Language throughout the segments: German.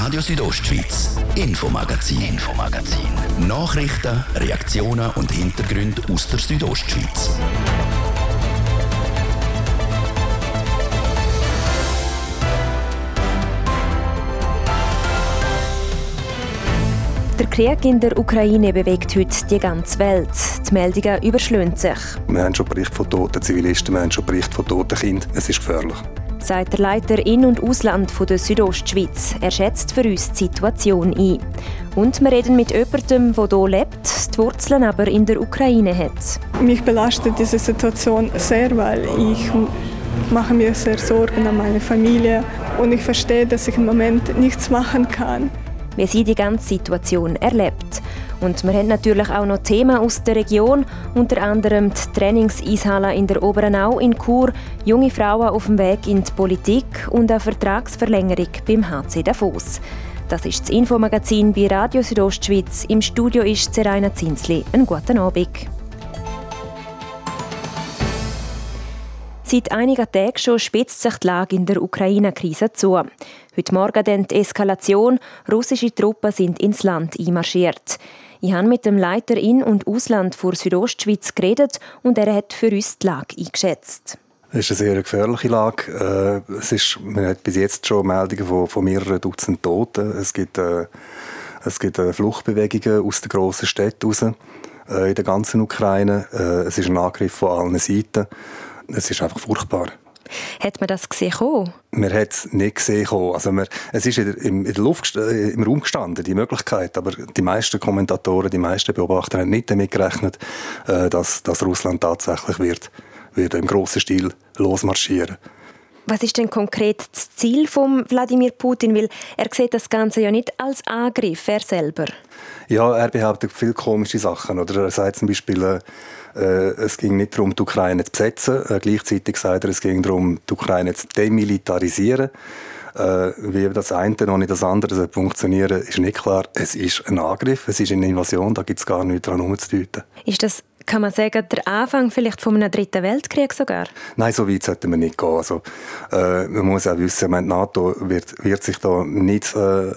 Radio Südostschweiz, Infomagazin. Nachrichten, Reaktionen und Hintergründe aus der Südostschweiz. Der Krieg in der Ukraine bewegt heute die ganze Welt. Die Meldungen überschlagen sich. Wir haben schon Berichte von toten Zivilisten, wir haben schon Berichte von toten Kindern. Es ist gefährlich. Sagt der Leiter In- und Ausland der Südostschweiz. Er schätzt für uns die Situation ein. Und wir reden mit jemandem, der hier lebt, die Wurzeln aber in der Ukraine hat. Mich belastet diese Situation sehr, weil ich mache mir sehr Sorgen an meine Familie und ich verstehe, dass ich im Moment nichts machen kann. Wie sie die ganze Situation erlebt. Und wir haben natürlich auch noch Themen aus der Region, unter anderem die Trainingseishalle in der Oberenau in Chur, junge Frauen auf dem Weg in die Politik und eine Vertragsverlängerung beim HC Davos. Das ist das Infomagazin bei Radio Südostschweiz. Im Studio ist Seraina Zinsli. Einen guten Abend. Seit einigen Tagen schon spitzt sich die Lage in der Ukraine-Krise zu. Heute Morgen dann die Eskalation. Russische Truppen sind ins Land einmarschiert. Ich habe mit dem Leiter In- und Ausland der Südostschweiz geredet und er hat für uns die Lage eingeschätzt. Es ist eine sehr gefährliche Lage. Man hat bis jetzt schon Meldungen von mehreren Dutzend Toten. Es gibt Fluchtbewegungen aus den grossen Städten raus, in der ganzen Ukraine. Es ist ein Angriff von allen Seiten. Es ist einfach furchtbar. Hat man das gesehen? Man hat es nicht gesehen. Also es ist in der Luft, im Raum gestanden, die Möglichkeit. Aber die meisten Kommentatoren, die meisten Beobachter haben nicht damit gerechnet, dass Russland tatsächlich wird im grossen Stil losmarschieren. Was ist denn konkret das Ziel von Wladimir Putin? Weil er sieht das Ganze ja nicht als Angriff, er selber. Ja, er behauptet viele komische Sachen. Oder er sagt zum Beispiel, es ging nicht darum, die Ukraine zu besetzen. Gleichzeitig sagt er, es ging darum, die Ukraine zu demilitarisieren. Wie das eine noch nicht das andere funktionieren, ist nicht klar. Es ist ein Angriff, es ist eine Invasion, da gibt es gar nichts daran herumzudeuten. Ist das, kann man sagen, der Anfang vielleicht von einem dritten Weltkrieg sogar? Nein, so weit sollten wir nicht gehen. Also, man muss auch wissen, die NATO wird sich da nicht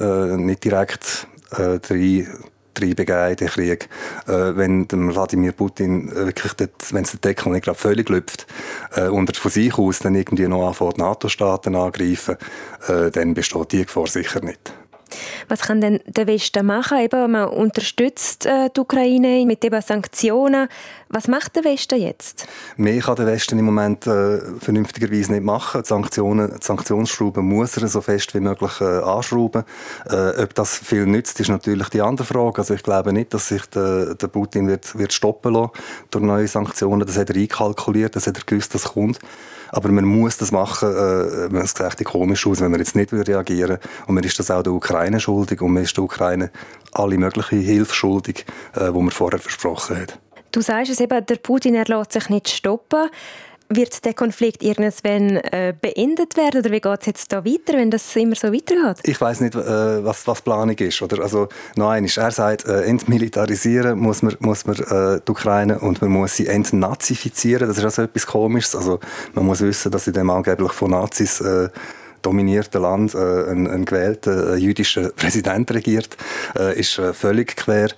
direkt reinbegeben in den Krieg. Wenn dem Wladimir Putin wirklich wenn es der Deckel nicht gerade völlig lüpft und er von sich aus dann irgendwie noch anfängt, NATO-Staaten angreifen, dann besteht die Gefahr sicher nicht. Was kann denn der Westen machen? Eben, man unterstützt die Ukraine mit eben Sanktionen. Was macht der Westen jetzt? Mehr kann der Westen im Moment vernünftigerweise nicht machen. Die Sanktionsschrauben muss er so fest wie möglich anschrauben. Ob das viel nützt, ist natürlich die andere Frage. Also ich glaube nicht, dass sich der Putin wird stoppen lassen durch neue Sanktionen. Das hat er einkalkuliert, das hat er gewusst, dass kommt. Aber man muss das machen, es sieht echt komisch aus, wenn man jetzt nicht reagieren will. Und man ist das auch der Ukraine schuldig und man ist der Ukraine alle möglichen Hilfe schuldig, die man vorher versprochen hat. Du sagst es eben, der Putin lässt sich nicht stoppen. Wird der Konflikt irgendwann beendet werden oder wie geht es jetzt da weiter, wenn das immer so weitergeht? Ich weiss nicht, was Planung ist. Oder? Also, noch einmal, er sagt, entmilitarisieren muss man die Ukraine und man muss sie entnazifizieren. Das ist also etwas Komisches. Also, man muss wissen, dass in dem angeblich von Nazis dominierten Land ein gewählter jüdischer Präsident regiert, ist völlig quer.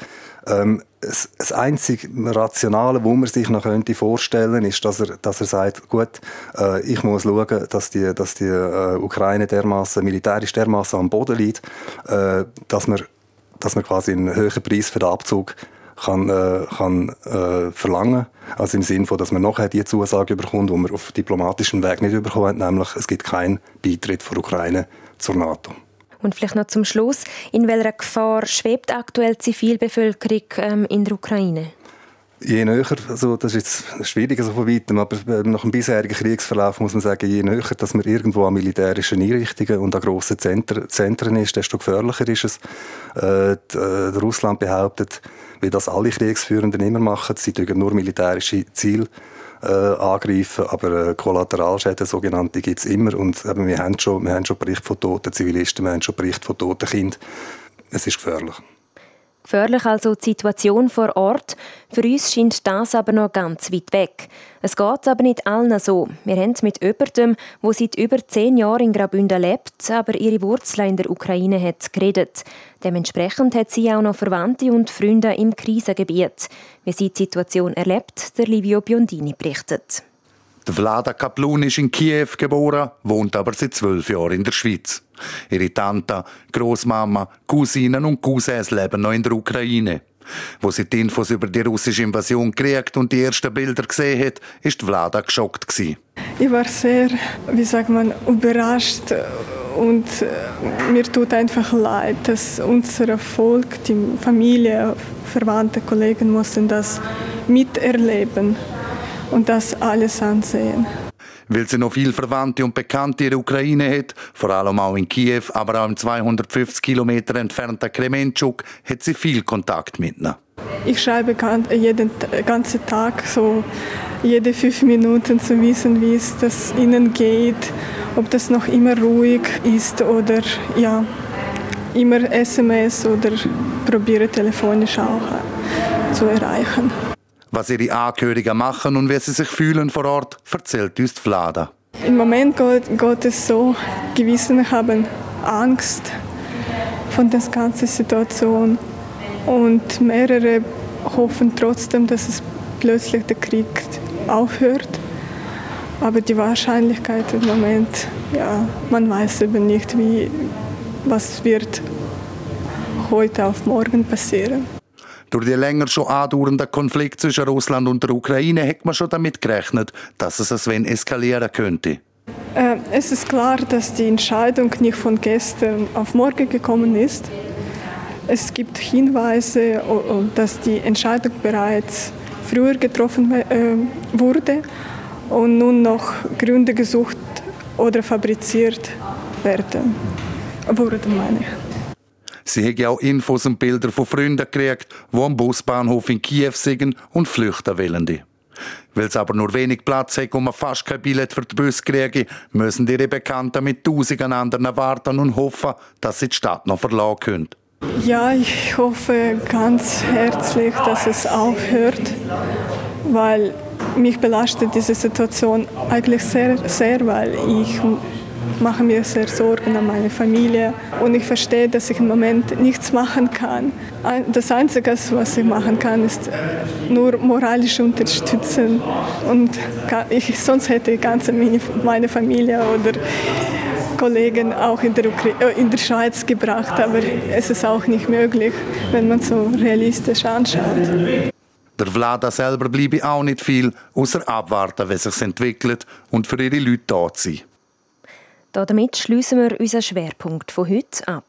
Das einzige Rationale, wo man sich noch vorstellen könnte, ist, dass er sagt, gut, ich muss schauen, dass die Ukraine militärisch dermaßen am Boden liegt, dass man quasi einen höheren Preis für den Abzug kann verlangen. Also im Sinne von, dass man nachher die Zusage bekommt, die man auf diplomatischem Weg nicht bekommen hat, nämlich es gibt keinen Beitritt der Ukraine zur NATO. Und vielleicht noch zum Schluss, in welcher Gefahr schwebt aktuell die Zivilbevölkerung in der Ukraine? Je näher, also das ist jetzt schwierig so von weitem, aber nach dem bisherigen Kriegsverlauf muss man sagen, je näher, dass man irgendwo an militärischen Einrichtungen und an grossen Zentren ist, desto gefährlicher ist es. Russland behauptet, wie das alle Kriegsführenden immer machen, sie dürfen nur militärische Ziele angreifen, aber Kollateralschäden, sogenannte, gibt es immer. Und eben, wir haben schon Berichte von toten Zivilisten, wir haben schon Berichte von toten Kindern. Es ist gefährlich. Gefährlich also die Situation vor Ort. Für uns scheint das aber noch ganz weit weg. Es geht aber nicht allen so. Wir haben mit jemandem, der seit über 10 Jahren in Graubünden lebt, aber ihre Wurzeln in der Ukraine hat, geredet. Dementsprechend hat sie auch noch Verwandte und Freunde im Krisengebiet. Wie sie die Situation erlebt, der Livio Biondini berichtet. Vlada Kaplun ist in Kiew geboren, wohnt aber seit 12 Jahren in der Schweiz. Ihre Tante, Großmama, Cousinen und Cousins leben noch in der Ukraine. Wo sie die Infos über die russische Invasion gekriegt und die ersten Bilder gesehen hat, ist Vlada geschockt gewesen. Ich war sehr, überrascht und mir tut einfach leid, dass unser Volk, die Familie, Verwandte, Kollegen mussten das miterleben und das alles ansehen. Weil sie noch viele Verwandte und Bekannte in der Ukraine hat, vor allem auch in Kiew, aber auch im 250 Kilometer entfernten Krementschuk, hat sie viel Kontakt mit ihnen. Ich schreibe jeden ganzen Tag, so jede 5 Minuten zu wissen, wie es das ihnen geht, ob das noch immer ruhig ist oder ja, immer SMS oder probiere telefonisch auch zu erreichen. Was ihre Angehörigen machen und wie sie sich fühlen vor Ort, erzählt uns Vlada. Im Moment geht es so, Gewissen haben Angst von der ganzen Situation und mehrere hoffen trotzdem, dass es plötzlich der Krieg aufhört. Aber die Wahrscheinlichkeit im Moment, ja, man weiß eben nicht, was wird heute auf morgen passieren. Durch den länger schon andauernden Konflikt zwischen Russland und der Ukraine hat man schon damit gerechnet, dass es ein wenig eskalieren könnte. Es ist klar, dass die Entscheidung nicht von gestern auf morgen gekommen ist. Es gibt Hinweise, dass die Entscheidung bereits früher getroffen wurde und nun noch Gründe gesucht oder fabriziert wurden, meine ich. Sie haben auch Infos und Bilder von Freunden gekriegt, die am Busbahnhof in Kiew sind und flüchten wollen. Weil es aber nur wenig Platz hat und man fast kein Billett für den Bus kriegen, müssen ihre Bekannten mit Tausenden anderen warten und hoffen, dass sie die Stadt noch verlassen können. Ja, ich hoffe ganz herzlich, dass es aufhört, weil mich belastet diese Situation eigentlich sehr, sehr, weil ich mache mir sehr Sorgen an meine Familie und ich verstehe, dass ich im Moment nichts machen kann. Das Einzige, was ich machen kann, ist nur moralisch unterstützen. Und sonst hätte ich meine Familie oder Kollegen auch in der Schweiz gebracht, aber es ist auch nicht möglich, wenn man so realistisch anschaut. Der Vlada selber bleibe auch nicht viel, außer abwarten, wie es sich entwickelt und für ihre Leute da sein. Damit schliessen wir unseren Schwerpunkt von heute ab.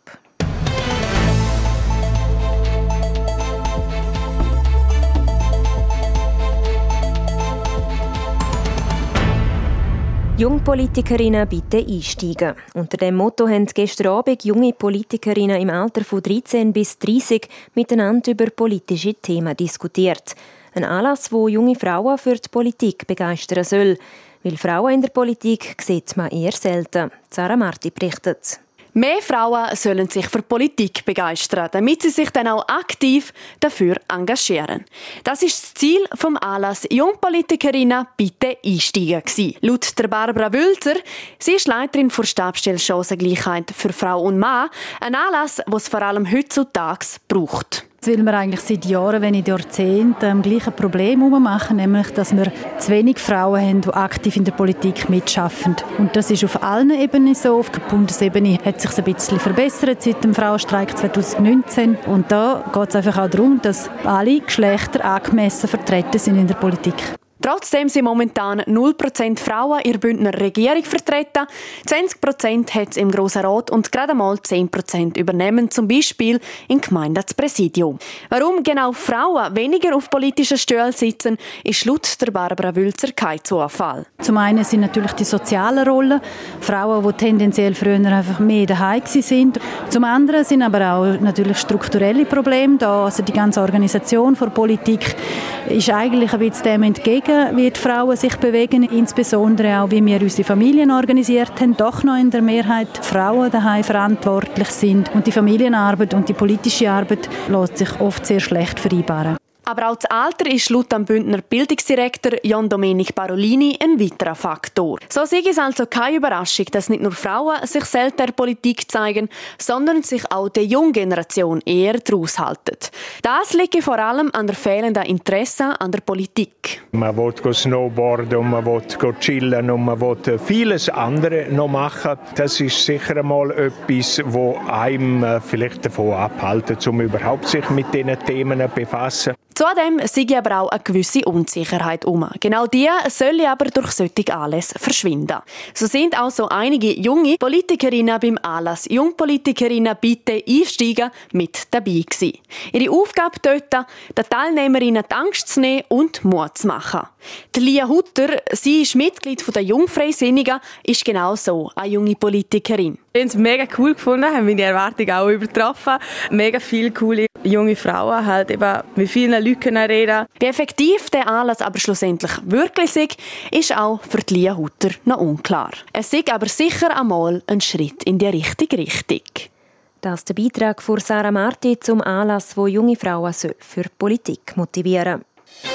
Jungpolitikerinnen bitte einsteigen. Unter dem Motto haben gestern Abend junge Politikerinnen im Alter von 13 bis 30 miteinander über politische Themen diskutiert. Ein Anlass, wo junge Frauen für die Politik begeistern soll. Weil Frauen in der Politik sieht man eher selten. Sarah Marti berichtet. Mehr Frauen sollen sich für Politik begeistern, damit sie sich dann auch aktiv dafür engagieren. Das ist das Ziel vom Anlass Jungpolitikerinnen bitte einsteigen gewesen. Laut der Barbara Wülzer, sie ist Leiterin der Stabsstelle Chancengleichheit für Frau und Mann, ein Anlass, den es vor allem heutzutage braucht. Weil wir eigentlich seit Jahren, wenn nicht Jahrzehnten, das gleiche Problem machen, nämlich, dass wir zu wenig Frauen haben, die aktiv in der Politik mitschaffen. Und das ist auf allen Ebenen so. Auf der Bundesebene hat es sich ein bisschen verbessert seit dem Frauenstreik 2019. Und da geht es einfach auch darum, dass alle Geschlechter angemessen vertreten sind in der Politik. Trotzdem sind momentan 0% Frauen in der Bündner Regierung vertreten, 20% hat es im Grossen Rat und gerade mal 10% übernehmen zum Beispiel im Gemeindepräsidium. Warum genau Frauen weniger auf politischen Stühlen sitzen, ist laut der Barbara Wülzer kein Zufall. Zum einen sind natürlich die sozialen Rollen, Frauen, die tendenziell früher einfach mehr daheim sind. Zum anderen sind aber auch natürlich strukturelle Probleme da, also die ganze Organisation der Politik ist eigentlich ein bisschen dem entgegen, wie die Frauen sich bewegen, insbesondere auch, wie wir unsere Familien organisiert haben, doch noch in der Mehrheit Frauen daheim verantwortlich sind. Und die Familienarbeit und die politische Arbeit lässt sich oft sehr schlecht vereinbaren. Aber auch das Alter ist laut dem Bündner Bildungsdirektor Jan Domenic Parolini ein weiterer Faktor. So sei es also keine Überraschung, dass nicht nur Frauen sich selten der Politik zeigen, sondern sich auch die junge Generation eher daraus halten. Das liegt vor allem an der fehlenden Interesse an der Politik. Man will snowboarden und man will chillen und man will vieles andere noch machen. Das ist sicher einmal etwas, das einem vielleicht davon abhält, um überhaupt sich mit diesen Themen zu befassen. Zudem sei aber auch eine gewisse Unsicherheit um. Genau die soll aber durch solche Anlässe verschwinden. So sind auch so einige junge Politikerinnen beim Anlass Jungpolitikerinnen bitte einsteigen mit dabei gewesen. Ihre Aufgabe dort, den Teilnehmerinnen die Angst zu nehmen und Mut zu machen. Die Lia Hutter, sie ist Mitglied der Jungfreisinnigen, ist genau so eine junge Politikerin. Ich habe es mega cool gefunden, haben meine Erwartungen auch übertroffen. Mega viele coole junge Frauen, halt eben mit vielen Leuten reden. Wie effektiv der Anlass aber schlussendlich wirklich ist auch für die Lia Hutter noch unklar. Es ist aber sicher einmal ein Schritt in die richtige Richtung. Das ist der Beitrag von Sarah Marti zum Anlass, wo junge Frauen für Politik motivieren.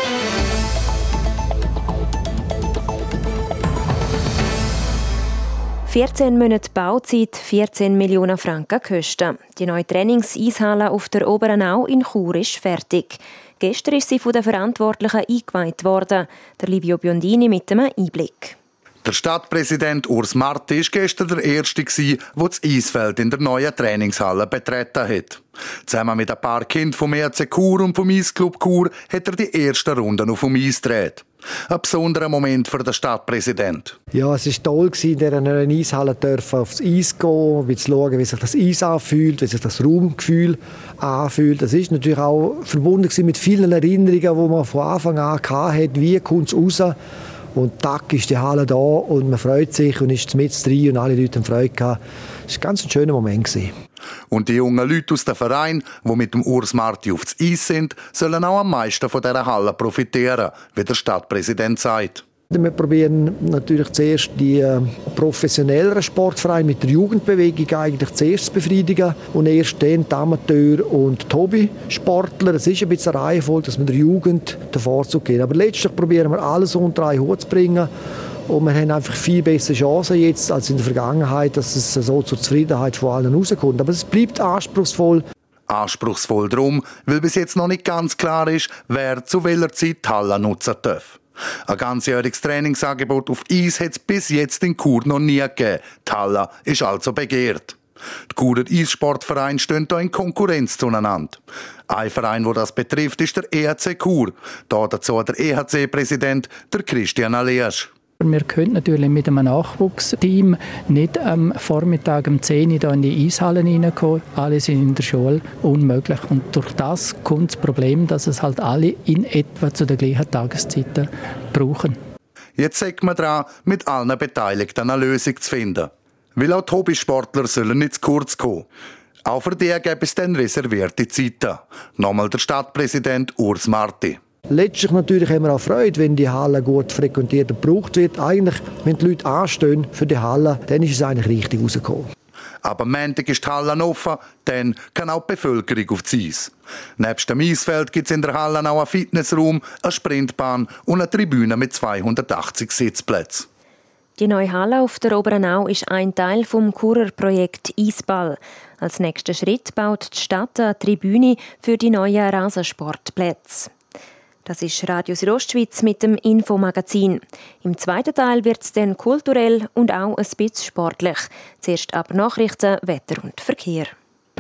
«14 Monate Bauzeit, 14 Millionen Franken Kosten. Die neue Trainingseishalle auf der Oberenau in Chur ist fertig. Gestern ist sie von den Verantwortlichen eingeweiht worden. Der Livio Biondini mit einem Einblick. Der Stadtpräsident Urs Marti war gestern der Erste, der das Eisfeld in der neuen Trainingshalle betreten hat. Zusammen mit ein paar Kindern vom ERC Chur und vom Eisclub Chur hat er die ersten Runden auf dem Eis gedreht. Ein besonderer Moment für den Stadtpräsident. Ja, es war toll, in dieser neuen Eishalle aufs Eis zu gehen, zu schauen, wie sich das Eis anfühlt, wie sich das Raumgefühl anfühlt. Das ist natürlich auch verbunden mit vielen Erinnerungen, die man von Anfang an hatte. Wie kommt es raus? Und tack ist die Halle da und man freut sich und ist mit drin und alle Leute haben Freude gehabt. Das war ein ganz schöner Moment. Und die jungen Leute aus dem Verein, die mit dem Urs Marti aufs Eis sind, sollen auch am meisten von dieser Halle profitieren, wie der Stadtpräsident sagt. Wir probieren natürlich zuerst die professionelleren Sportvereine mit der Jugendbewegung eigentlich zuerst zu befriedigen und erst dann die Amateur- und die Hobbysportler. Es ist ein bisschen eine Reihenfolge, dass wir der Jugend den Vorzug geben. Aber letztlich probieren wir alles unter einen Hut zu bringen. Und wir haben einfach viel bessere Chancen jetzt als in der Vergangenheit, dass es so zur Zufriedenheit von allen rauskommt. Aber es bleibt anspruchsvoll. Anspruchsvoll darum, weil bis jetzt noch nicht ganz klar ist, wer zu welcher Zeit die Halle nutzen darf. Ein ganzjähriges Trainingsangebot auf Eis hat es bis jetzt in Chur noch nie gegeben. Die Halle ist also begehrt. Die Churer Eissportvereine stehen hier in Konkurrenz zueinander. Ein Verein, der das betrifft, ist der EHC Chur. Dazu der EHC-Präsident, der Christian Aleasch. Wir können natürlich mit einem Nachwuchsteam nicht am Vormittag um 10 Uhr in die Eishallen reinkommen. Alle sind in der Schule, unmöglich. Und durch das kommt das Problem, dass es halt alle in etwa zu den gleichen Tageszeiten brauchen. Jetzt sagt man dran, mit allen Beteiligten eine Lösung zu finden. Weil auch die Hobbysportler sollen nicht zu kurz kommen. Auch für die gäbe es dann reservierte Zeiten. Nochmal der Stadtpräsident Urs Marti. Letztlich natürlich haben wir auch Freude, wenn die Halle gut frequentiert und gebraucht wird. Eigentlich, wenn die Leute anstehen für die Halle, dann ist es eigentlich richtig rausgekommen. Aber am Montag ist die Halle offen, dann kann auch die Bevölkerung aufs Eis. Nebst dem Eisfeld gibt es in der Halle auch einen Fitnessraum, eine Sprintbahn und eine Tribüne mit 280 Sitzplätzen. Die neue Halle auf der Oberenau ist ein Teil vom Churer Projekt Eisball. Als nächsten Schritt baut die Stadt eine Tribüne für die neuen Rasensportplätze. Das ist Radio Südostschweiz mit dem Infomagazin. Im zweiten Teil wird es dann kulturell und auch ein bisschen sportlich. Zuerst aber Nachrichten, Wetter und Verkehr.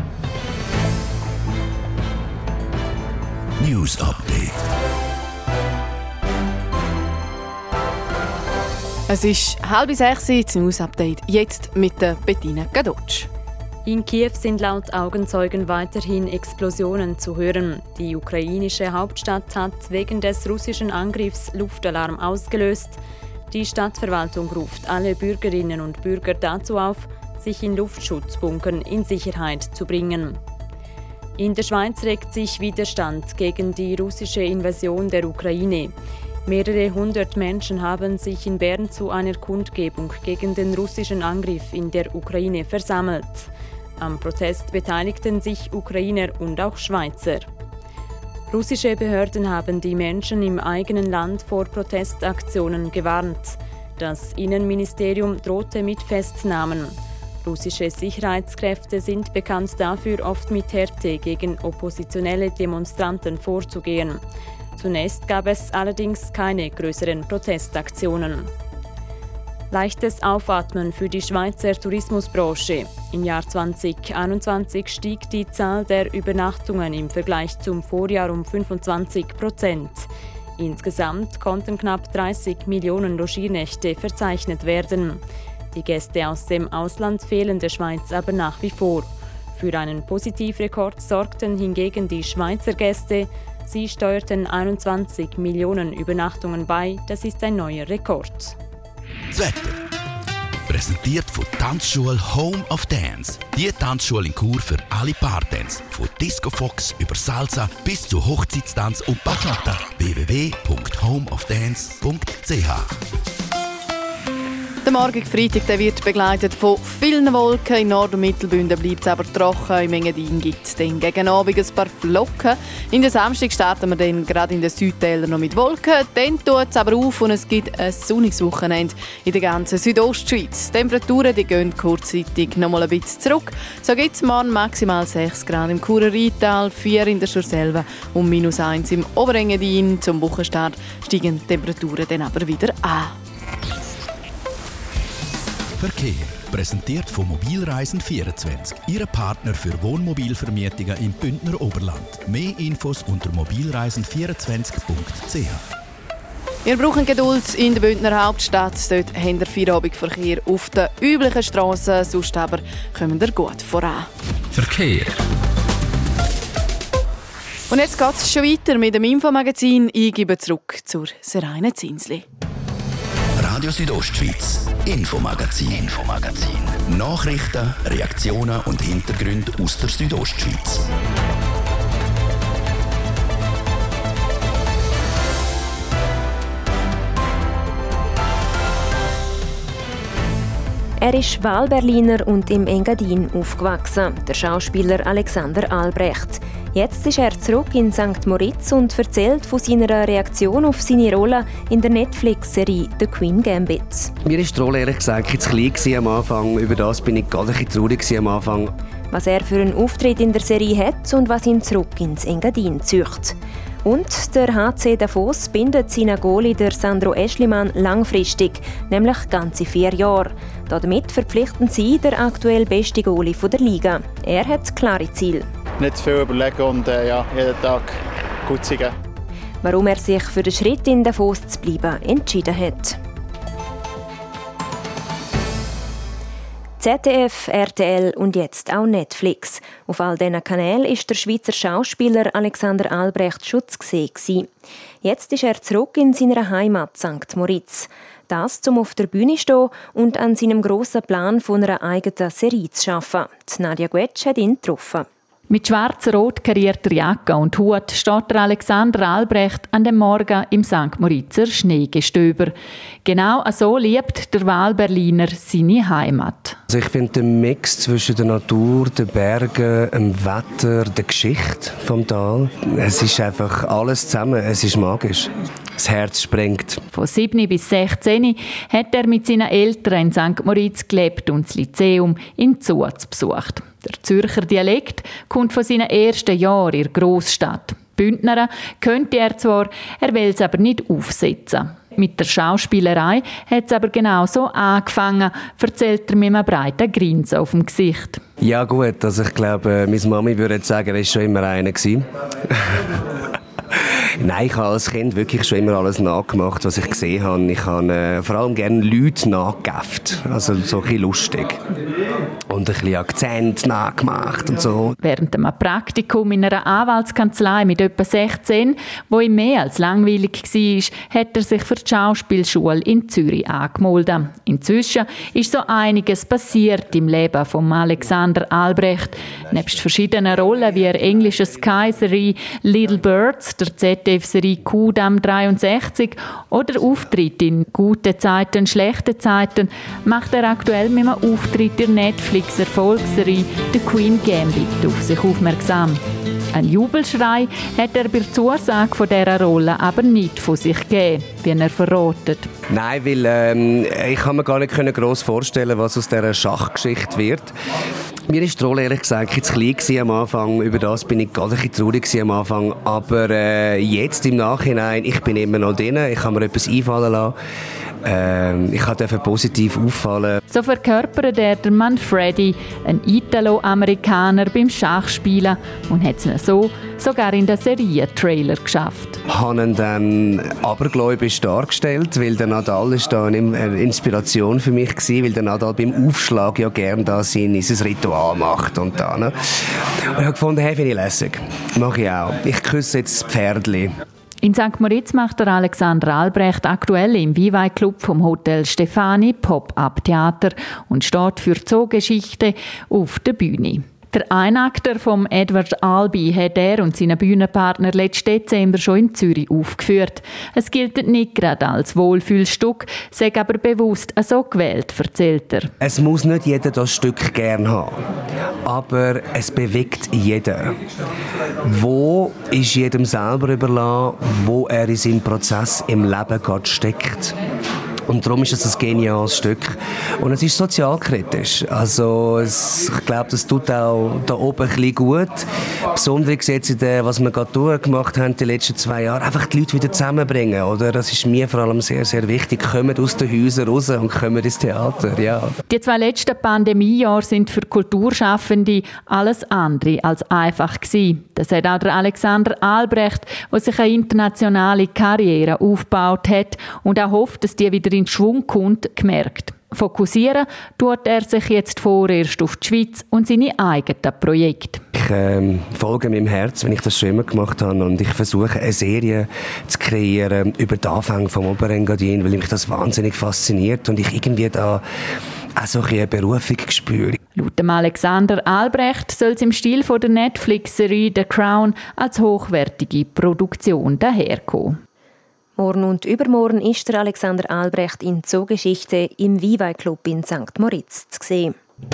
News Update. Es ist 5:30 das News-Update. Jetzt mit der Bettina Gadotsch. In Kiew sind laut Augenzeugen weiterhin Explosionen zu hören. Die ukrainische Hauptstadt hat wegen des russischen Angriffs Luftalarm ausgelöst. Die Stadtverwaltung ruft alle Bürgerinnen und Bürger dazu auf, sich in Luftschutzbunkern in Sicherheit zu bringen. In der Schweiz regt sich Widerstand gegen die russische Invasion der Ukraine. Mehrere hundert Menschen haben sich in Bern zu einer Kundgebung gegen den russischen Angriff in der Ukraine versammelt. Am Protest beteiligten sich Ukrainer und auch Schweizer. Russische Behörden haben die Menschen im eigenen Land vor Protestaktionen gewarnt. Das Innenministerium drohte mit Festnahmen. Russische Sicherheitskräfte sind bekannt dafür, oft mit Härte gegen oppositionelle Demonstranten vorzugehen. Zunächst gab es allerdings keine größeren Protestaktionen. Leichtes Aufatmen für die Schweizer Tourismusbranche. Im Jahr 2021 stieg die Zahl der Übernachtungen im Vergleich zum Vorjahr um 25%. Insgesamt konnten knapp 30 Millionen Logiernächte verzeichnet werden. Die Gäste aus dem Ausland fehlen der Schweiz aber nach wie vor. Für einen Positivrekord sorgten hingegen die Schweizer Gäste. Sie steuerten 21 Millionen Übernachtungen bei. Das ist ein neuer Rekord. Das Wetter. Präsentiert von Tanzschule Home of Dance. Die Tanzschule in Chur für alle Partys. Von Disco Fox über Salsa bis zu Hochzeitstanz und Bachata. www.homeofdance.ch. Der morgige Freitag wird begleitet von vielen Wolken. In Nord- und Mittelbünden bleibt es aber trocken. Im Engadin gibt es dann gegen Abend ein paar Flocken. In der Samstag starten wir dann gerade in den Südtälern noch mit Wolken. Dann tut es aber auf und es gibt ein sonniges Wochenende in der ganzen Südostschweiz. Die Temperaturen die gehen kurzzeitig noch mal ein bisschen zurück. So gibt es morgen maximal 6 Grad im Churer Rheintal, 4 in der Surselva und -1 im Oberengadin. Zum Wochenstart steigen die Temperaturen dann aber wieder an. Verkehr. Präsentiert von Mobilreisen24. Ihr Partner für Wohnmobilvermietungen im Bündner Oberland. Mehr Infos unter mobilreisen24.ch. Wir brauchen Geduld in der Bündner Hauptstadt. Dort haben wir Feierabendverkehr auf den üblichen Strassen. Sonst aber kommen wir gut voran. Verkehr. Und jetzt geht es schon weiter mit dem Infomagazin. Ich gebe zurück zur Seraine Zinsli. Radio Südostschweiz, Infomagazin. Nachrichten, Reaktionen und Hintergründe aus der Südostschweiz. Er ist Wahlberliner und im Engadin aufgewachsen, der Schauspieler Alexander Albrecht. Jetzt ist er zurück in St. Moritz und erzählt von seiner Reaktion auf seine Rolle in der Netflix-Serie «The Queen Gambit». Mir war die Rolle ehrlich gesagt zu klein am Anfang. Über das bin ich gerade ein bisschen traurig am Anfang. Was er für einen Auftritt in der Serie hat und was ihn zurück ins Engadin zieht. Und der HC Davos bindet seinen Goalie der Sandro Eschlimann langfristig, nämlich ganze 4 Jahre. Damit verpflichten sie den aktuell besten Goalie der Liga. Er hat klare Ziele. Nicht zu viel überlegen und jeden Tag gut sein. Warum er sich für den Schritt in Davos zu bleiben entschieden hat. ZDF, RTL und jetzt auch Netflix. Auf all diesen Kanälen war der Schweizer Schauspieler Alexander Albrecht schon zu sehen. Jetzt ist er zurück in seiner Heimat St. Moritz. Das, um auf der Bühne zu stehen und an seinem grossen Plan von einer eigenen Serie zu arbeiten. Nadia Guetsch hat ihn getroffen. Mit schwarz-rot karierter Jacke und Hut steht der Alexander Albrecht an dem Morgen im St. Moritzer Schneegestöber. Genau so liebt der Wahlberliner seine Heimat. Also ich finde den Mix zwischen der Natur, den Bergen, dem Wetter, der Geschichte vom Tal. Es ist einfach alles zusammen. Es ist magisch. Das Herz sprengt. Von 7 bis 16 hat er mit seinen Eltern in St. Moritz gelebt und das Lyzeum in Zuz besucht. Der Zürcher Dialekt kommt von seinen ersten Jahren in der Grossstadt. Bündner könnte er zwar, er will es aber nicht aufsetzen. Mit der Schauspielerei hat es aber genauso angefangen, erzählt er mit einem breiten Grinsen auf dem Gesicht. Ja gut, also ich glaube, meine Mami würde sagen, er war schon immer einer gewesen. Nein, ich habe als Kind wirklich schon immer alles nachgemacht, was ich gesehen habe. Ich habe vor allem gerne Leute nachgegeben. Also so ein bisschen lustig. und ein bisschen Akzent nachgemacht und so. Während einem Praktikum in einer Anwaltskanzlei mit etwa 16, wo ihm mehr als langweilig war, hat er sich für die Schauspielschule in Zürich angemeldet. Inzwischen ist so einiges passiert im Leben von Alexander Albrecht. Nebst verschiedenen Rollen wie der englischen Sky-Serie Little Birds, der ZDF-Serie Kudamm 63 oder Auftritt in «Gute Zeiten, schlechte Zeiten» macht er aktuell mit einem Auftritt in der Netflix-Erfolgsserie «The Queen Gambit» auf sich aufmerksam. Ein Jubelschrei hat er bei der Zusage von dieser Rolle aber nicht von sich gegeben, wie er verratet. Nein, weil ich kann mir gar nicht gross vorstellen, was aus dieser Schachgeschichte wird. Mir war die Rolle ehrlich gesagt zu klein am Anfang. Über das bin ich gerade ein bisschen traurig am Anfang. Aber jetzt im Nachhinein, ich bin immer noch drin. Ich habe mir etwas einfallen lassen. Ich durfte positiv auffallen. So verkörpert er den Manfredi, ein Italo-Amerikaner beim Schachspielen, und hat es so sogar in den Serientrailer geschafft. Ich habe ihn dann abergläubisch dargestellt, weil der Nadal ist da eine Inspiration für mich gewesen, weil der Nadal beim Aufschlag ja gerne da sein Ritual macht und da. Ne? Und ich habe gefunden, hey, finde ich lässig. Mache ich auch. Ich küsse jetzt das Pferdli. In St. Moritz macht der Alexander Albrecht aktuell im Viva-Club vom Hotel Stefani Pop-Up-Theater und steht für Zoogeschichte auf der Bühne. Der Einakter von Edward Albee hat er und seine Bühnenpartner letzten Dezember schon in Zürich aufgeführt. Es gilt nicht gerade als Wohlfühlstück, sei aber bewusst so gewählt, erzählt er. Es muss nicht jeder das Stück gern haben, aber es bewegt jeden. Wo ist jedem selber überlassen, wo er in seinem Prozess im Leben gerade steckt. Und darum ist es ein geniales Stück. Und es ist sozialkritisch. Also ich glaube, das tut auch da oben ein bisschen gut. Besonders jetzt in dem, was wir gerade durchgemacht haben die letzten 2 Jahre, einfach die Leute wieder zusammenbringen. Oder? Das ist mir vor allem sehr, sehr wichtig. Kommen aus den Häusern raus und kommen ins Theater. Ja. Die 2 letzten Pandemiejahre sind für Kulturschaffende alles andere als einfach gewesen. Das hat auch der Alexander Albrecht, der sich eine internationale Karriere aufgebaut hat und auch hofft, dass die wieder in Schwung kommt, gemerkt. Fokussieren tut er sich jetzt vorerst auf die Schweiz und seine eigenen Projekte. Ich folge meinem Herz, wenn ich das schon immer gemacht habe, und ich versuche, eine Serie zu kreieren über den Anfang vom Oberengadin, weil mich das wahnsinnig fasziniert und ich irgendwie da auch so eine Berufung spüre. Laut dem Alexander Albrecht soll es im Stil von der Netflix-Serie «The Crown» als hochwertige Produktion daherkommen. Morgen und übermorgen ist der Alexander Albrecht in Zoogeschichte im Viva-Club in St. Moritz zu sehen.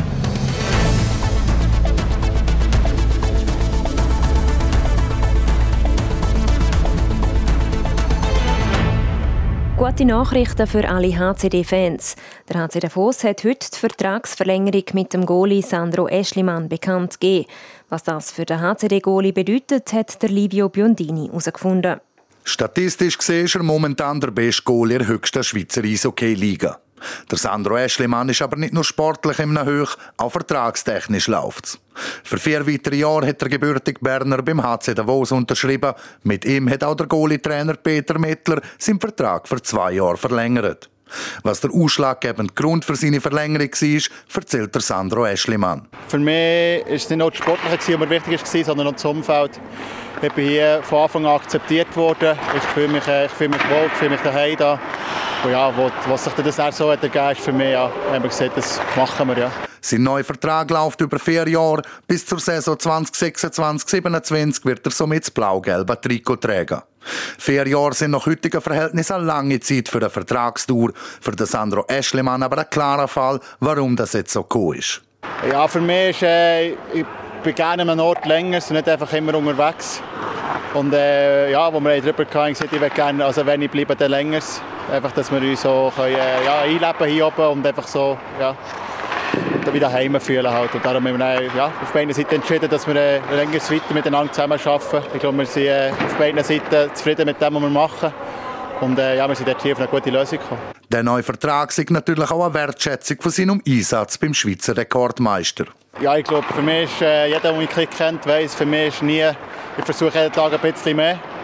Gute Nachrichten für alle HCD-Fans. Der HC Davos hat heute die Vertragsverlängerung mit dem Goalie Sandro Aeschlimann bekannt gegeben. Was das für den HCD-Goalie bedeutet, hat der Livio Biondini herausgefunden. Statistisch gesehen ist er momentan der beste Goalie der höchsten Schweizer Eishockey-Liga. Der Sandro Aeschlimann ist aber nicht nur sportlich in einem Hoch, auch vertragstechnisch läuft's. Für 4 weitere Jahre hat der gebürtige Berner beim HC Davos unterschrieben. Mit ihm hat auch der Goalie-Trainer Peter Mettler seinen Vertrag für 2 Jahre verlängert. Was der ausschlaggebende Grund für seine Verlängerung war, erzählt der Sandro Aeschlimann. Für mich war es nicht nur das Sportliche, was mir wichtig war, sondern auch das Umfeld. Ich bin hier von Anfang an akzeptiert worden. Ich fühle mich wohl, ich fühle mich daheim da. Und ja, was sich das dann so ergeben ist für mich, ja, haben wir gesagt, das machen wir, ja. Sein neuer Vertrag läuft über 4 Jahre. Bis zur Saison 2026/27 wird er somit das blau-gelbe Trikot tragen. 4 Jahre sind nach heutigen Verhältnissen eine lange Zeit für eine Vertragsdauer. Für den Sandro Aeschlimann aber ein klarer Fall, warum das jetzt so cool ist. Ja, für mich ist, ich bin gerne an einem Ort länger und nicht einfach immer unterwegs. Und ja, wo wir darüber hatten, ich will gerne, also wenn ich bleibe, dann länger. Einfach, dass wir uns so können, einleben hier oben und einfach so, ja, wieder heim fühlen halt. Und darum haben wir auf beiden Seiten entschieden, dass wir länger weiter miteinander zusammenarbeiten. Ich glaube, wir sind auf beiden Seiten zufrieden mit dem, was wir machen. Und ja, wir sind dort hier auf eine gute Lösung gekommen. Der neue Vertrag ist natürlich auch eine Wertschätzung von seinem Einsatz beim Schweizer Rekordmeister. Ja, ich glaube, für mich ist, jeder, der mich kennt, weiss, für mich ist nie, ich versuche jeden Tag ein bisschen mehr.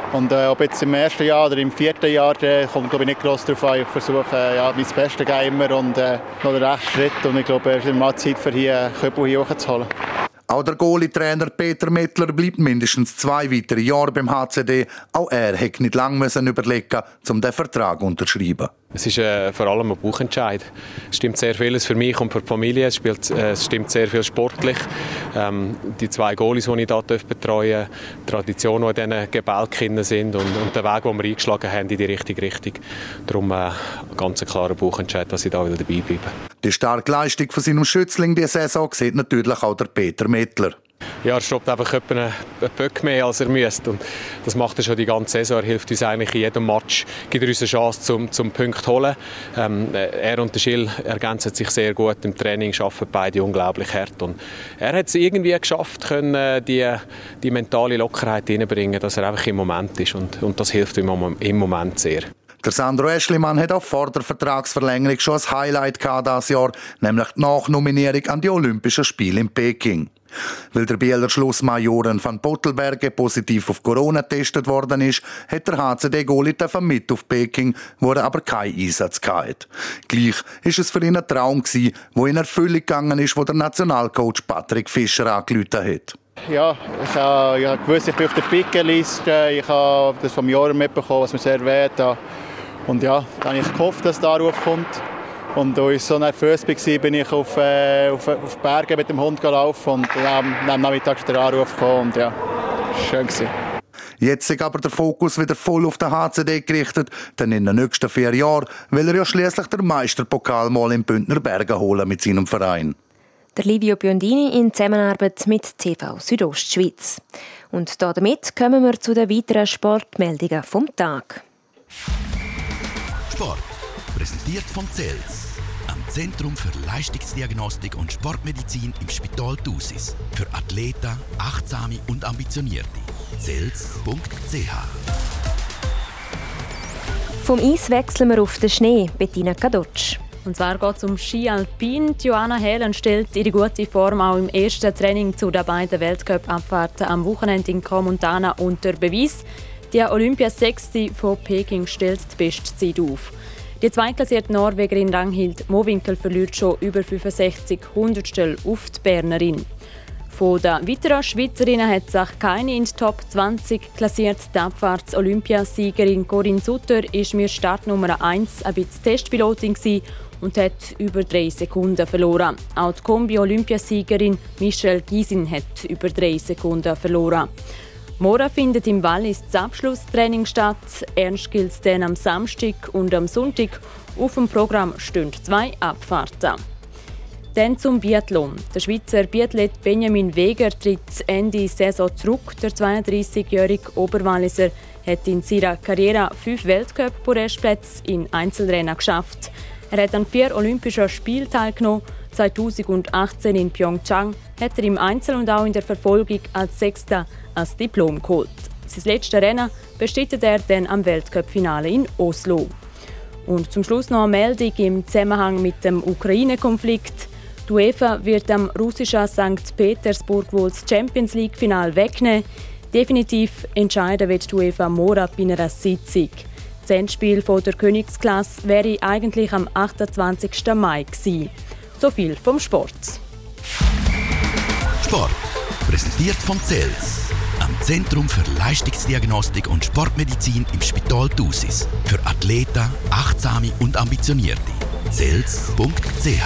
Und ob jetzt im ersten Jahr oder im vierten Jahr, kommt glaube ich nicht gross darauf an. Ich versuche mein Bestes zu geben immer und noch den rechten Schritt. Und ich glaube, es ist immer Zeit, für hier Köpel hier hochzuholen. Auch der Goalie-Trainer Peter Mettler bleibt mindestens 2 weitere Jahre beim HCD. Auch er hätte nicht lange überlegen, um den Vertrag zu unterschreiben. Es ist vor allem ein Bauchentscheid. Es stimmt sehr vieles für mich und für die Familie. Es stimmt sehr viel sportlich. Die 2 Goalies, die ich hier betreuen darf, die Tradition, die in diesen Gebälken sind und der Weg, den wir eingeschlagen haben, in die richtige Richtung. Darum ganz ein klarer Bauchentscheid, dass ich da wieder dabei bleibe. Die starke Leistung von seinem Schützling diese Saison sieht natürlich auch der Peter Mettler. Ja, er stoppt einfach einen Böck mehr, als er müsste. Und das macht er schon die ganze Saison. Er hilft uns eigentlich in jedem Match, gibt er uns eine Chance, zum Punkt zu holen. Er und der Schill ergänzen sich sehr gut im Training, arbeiten beide unglaublich hart. Und er hat es irgendwie geschafft, können die mentale Lockerheit reinbringen, dass er einfach im Moment ist. Und das hilft ihm im Moment sehr. Der Sandro Eschlimann hat auch vor der Vertragsverlängerung schon ein Highlight dieses Jahr, nämlich die Nachnominierung an die Olympischen Spiele in Peking. Weil der Bieler Schlussmann Joran van Pottelberge positiv auf Corona getestet worden ist, hat der HCD-Goalie mit auf Peking, wo er aber keinen Einsatz hatte. Gleich war es für ihn ein Traum, der in Erfüllung gegangen ist, wo der Nationalcoach Patrick Fischer angerufen hat. Ja, ich habe gewusst, ich bin auf der Pickeliste. Ich habe das vom Joran mitbekommen, was mir sehr weht. Und ja, dann habe ich gehofft, dass der Anruf kommt. Und als ich so nervös war, bin ich auf Berge mit dem Hund gelaufen. Und am Nachmittag ist der Anruf gekommen. Und ja, schön gewesen. Jetzt ist aber der Fokus wieder voll auf den HCD gerichtet, denn in den nächsten 4 Jahren will er ja schliesslich den Meisterpokal mal in Bündner Bergen holen mit seinem Verein. Der Livio Biondini in Zusammenarbeit mit TV Südostschweiz. Und damit kommen wir zu den weiteren Sportmeldungen vom Tag. Sport, präsentiert von CELS, am Zentrum für Leistungsdiagnostik und Sportmedizin im Spital Thusis. Für Athleten, Achtsame und Ambitionierte. CELS.ch. Vom Eis wechseln wir auf den Schnee, Bettina Kadocz. Und zwar geht es um Ski Alpin. Joanna Helen stellt ihre gute Form auch im ersten Training zu den beiden Weltcup-Abfahrten am Wochenende in Crans-Montana unter Beweis. Die Olympiasechste von Peking stellt die Bestzeit auf. Die zweitklassierte Norwegerin Ragnhild Mowinkel verliert schon über 65 Hundertstel auf die Bernerin. Von den weiteren Schweizerinnen hat sich keine in die Top 20 klassiert. Die Abfahrts-Olympiasiegerin Corinne Sutter war mir Startnummer 1 ein bisschen Testpilotin und hat über 3 Sekunden verloren. Auch die Kombi-Olympiasiegerin Michelle Gysin hat über 3 Sekunden verloren. Morgen findet im Wallis das Abschlusstraining statt. Ernst gilt es dann am Samstag und am Sonntag. Auf dem Programm stehen 2 Abfahrten. Dann zum Biathlon. Der Schweizer Biathlet Benjamin Weger tritt Ende Saison zurück. Der 32-jährige Oberwalliser hat in seiner Karriere 5 Weltcup-Podestplätze in Einzelrennen geschafft. Er hat an 4 Olympischen Spielen teilgenommen. 2018 in Pyeongchang hat er im Einzel und auch in der Verfolgung als Sechster als Diplom geholt. Sein letztes Rennen bestreitet er dann am Weltcup-Finale in Oslo. Und zum Schluss noch eine Meldung im Zusammenhang mit dem Ukraine-Konflikt. Die UEFA wird am russischen St. Petersburg wohl das Champions-League-Final wegnehmen. Definitiv entscheiden wird die UEFA morgen bei einer Sitzung. Das Endspiel der Königsklasse wäre eigentlich am 28. Mai gewesen. So viel vom Sport. Sport, präsentiert von CELS, am Zentrum für Leistungsdiagnostik und Sportmedizin im Spital Thusis. Für Athleten, Achtsame und Ambitionierte. CELS.ch.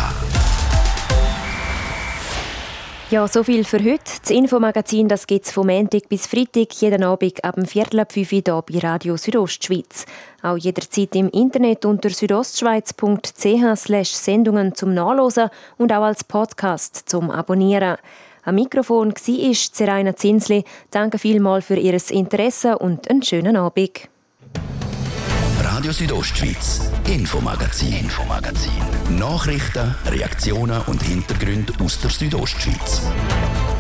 Ja, so viel für heute. Das Infomagazin gibt es vom Montag bis Freitag jeden Abend ab 4:05 hier bei Radio Südostschweiz. Auch jederzeit im Internet unter südostschweiz.ch/Sendungen zum Nachlesen und auch als Podcast zum Abonnieren. Am Mikrofon war Seraina Zinsli. Danke vielmals für Ihr Interesse und einen schönen Abend. Radio Südostschweiz, Infomagazin. Nachrichten, Reaktionen und Hintergründe aus der Südostschweiz.